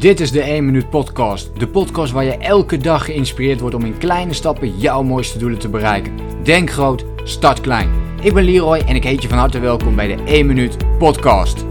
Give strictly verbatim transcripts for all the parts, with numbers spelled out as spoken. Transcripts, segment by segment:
Dit is de één minuut podcast. De podcast waar je elke dag geïnspireerd wordt om in kleine stappen jouw mooiste doelen te bereiken. Denk groot, start klein. Ik ben Leroy en ik heet je van harte welkom bij de één minuut podcast.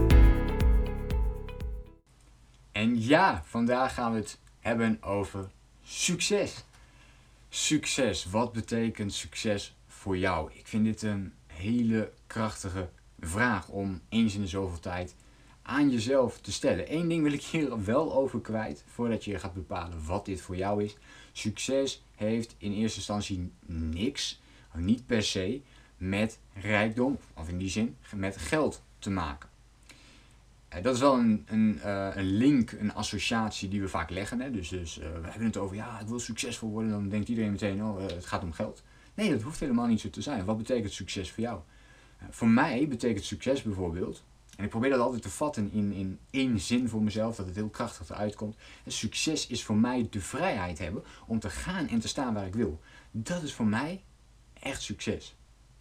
En ja, vandaag gaan we het hebben over succes. Succes, wat betekent succes voor jou? Ik vind dit een hele krachtige vraag om eens in de zoveel tijd aan jezelf te stellen. Eén ding wil ik hier wel over kwijt, voordat je gaat bepalen wat dit voor jou is. Succes heeft in eerste instantie niks, niet per se, met rijkdom, of in die zin, met geld te maken. Dat is wel een, een, uh, een link, een associatie die we vaak leggen. Hè? Dus, dus uh, we hebben het over, ja, ik wil succesvol worden, dan denkt iedereen meteen, oh, uh, het gaat om geld. Nee, dat hoeft helemaal niet zo te zijn. Wat betekent succes voor jou? Uh, voor mij betekent succes bijvoorbeeld, en ik probeer dat altijd te vatten in, in één zin voor mezelf, dat het heel krachtig eruit komt. Succes is voor mij de vrijheid hebben om te gaan en te staan waar ik wil. Dat is voor mij echt succes.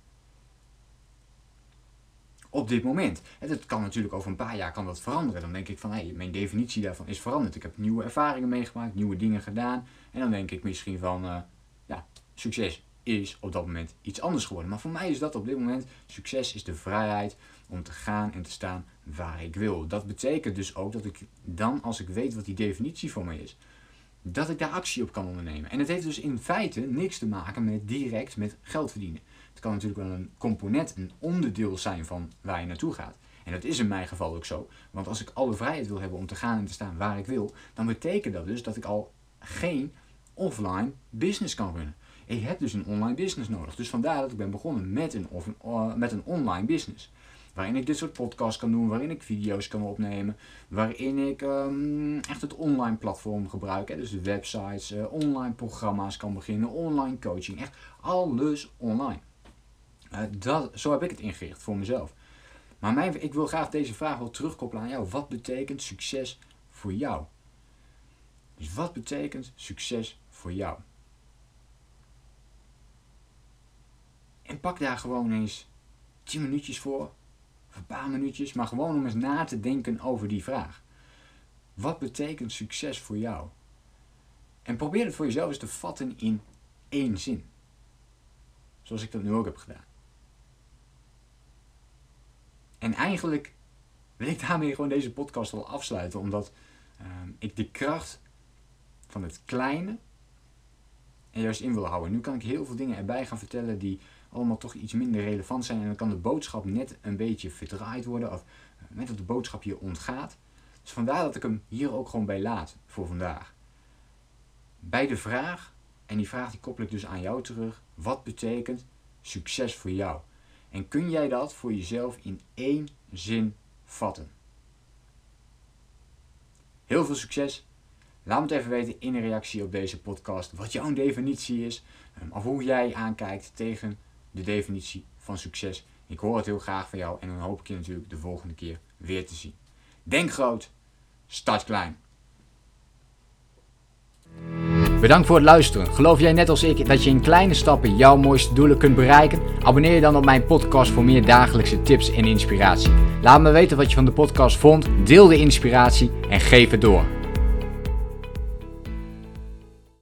Op dit moment. Het kan natuurlijk over een paar jaar kan dat veranderen. Dan denk ik van, hé, hey, mijn definitie daarvan is veranderd. Ik heb nieuwe ervaringen meegemaakt, nieuwe dingen gedaan. En dan denk ik misschien van, uh, ja, succes is op dat moment iets anders geworden. Maar voor mij is dat op dit moment, succes is de vrijheid om te gaan en te staan waar ik wil. Dat betekent dus ook dat ik dan, als ik weet wat die definitie voor mij is, dat ik daar actie op kan ondernemen. En het heeft dus in feite niks te maken met direct met geld verdienen. Het kan natuurlijk wel een component, een onderdeel zijn van waar je naartoe gaat. En dat is in mijn geval ook zo. Want als ik alle vrijheid wil hebben om te gaan en te staan waar ik wil, dan betekent dat dus dat ik al geen offline business kan runnen. Ik heb dus een online business nodig. Dus vandaar dat ik ben begonnen met een, of een, uh, met een online business. Waarin ik dit soort podcasts kan doen, waarin ik video's kan opnemen, waarin ik um, echt het online platform gebruik. Hè, dus de websites, uh, online programma's kan beginnen, online coaching, echt alles online. Uh, dat, zo heb ik het ingericht voor mezelf. Maar mijn, ik wil graag deze vraag wel terugkoppelen aan jou. Wat betekent succes voor jou? Dus wat betekent succes voor jou? En pak daar gewoon eens tien minuutjes voor, of een paar minuutjes, maar gewoon om eens na te denken over die vraag. Wat betekent succes voor jou? En probeer het voor jezelf eens te vatten in één zin. Zoals ik dat nu ook heb gedaan. En eigenlijk wil ik daarmee gewoon deze podcast wel afsluiten, omdat uh, ik de kracht van het kleine en juist in wil houden. Nu kan ik heel veel dingen erbij gaan vertellen die allemaal toch iets minder relevant zijn. En dan kan de boodschap net een beetje verdraaid worden. Of net dat de boodschap je ontgaat. Dus vandaar dat ik hem hier ook gewoon bij laat voor vandaag. Bij de vraag, en die vraag die koppel ik dus aan jou terug. Wat betekent succes voor jou? En kun jij dat voor jezelf in één zin vatten? Heel veel succes. Laat me het even weten in een reactie op deze podcast wat jouw definitie is. Of hoe jij aankijkt tegen de definitie van succes. Ik hoor het heel graag van jou en dan hoop ik je natuurlijk de volgende keer weer te zien. Denk groot, start klein. Bedankt voor het luisteren. Geloof jij net als ik dat je in kleine stappen jouw mooiste doelen kunt bereiken? Abonneer je dan op mijn podcast voor meer dagelijkse tips en inspiratie. Laat me weten wat je van de podcast vond, deel de inspiratie en geef het door.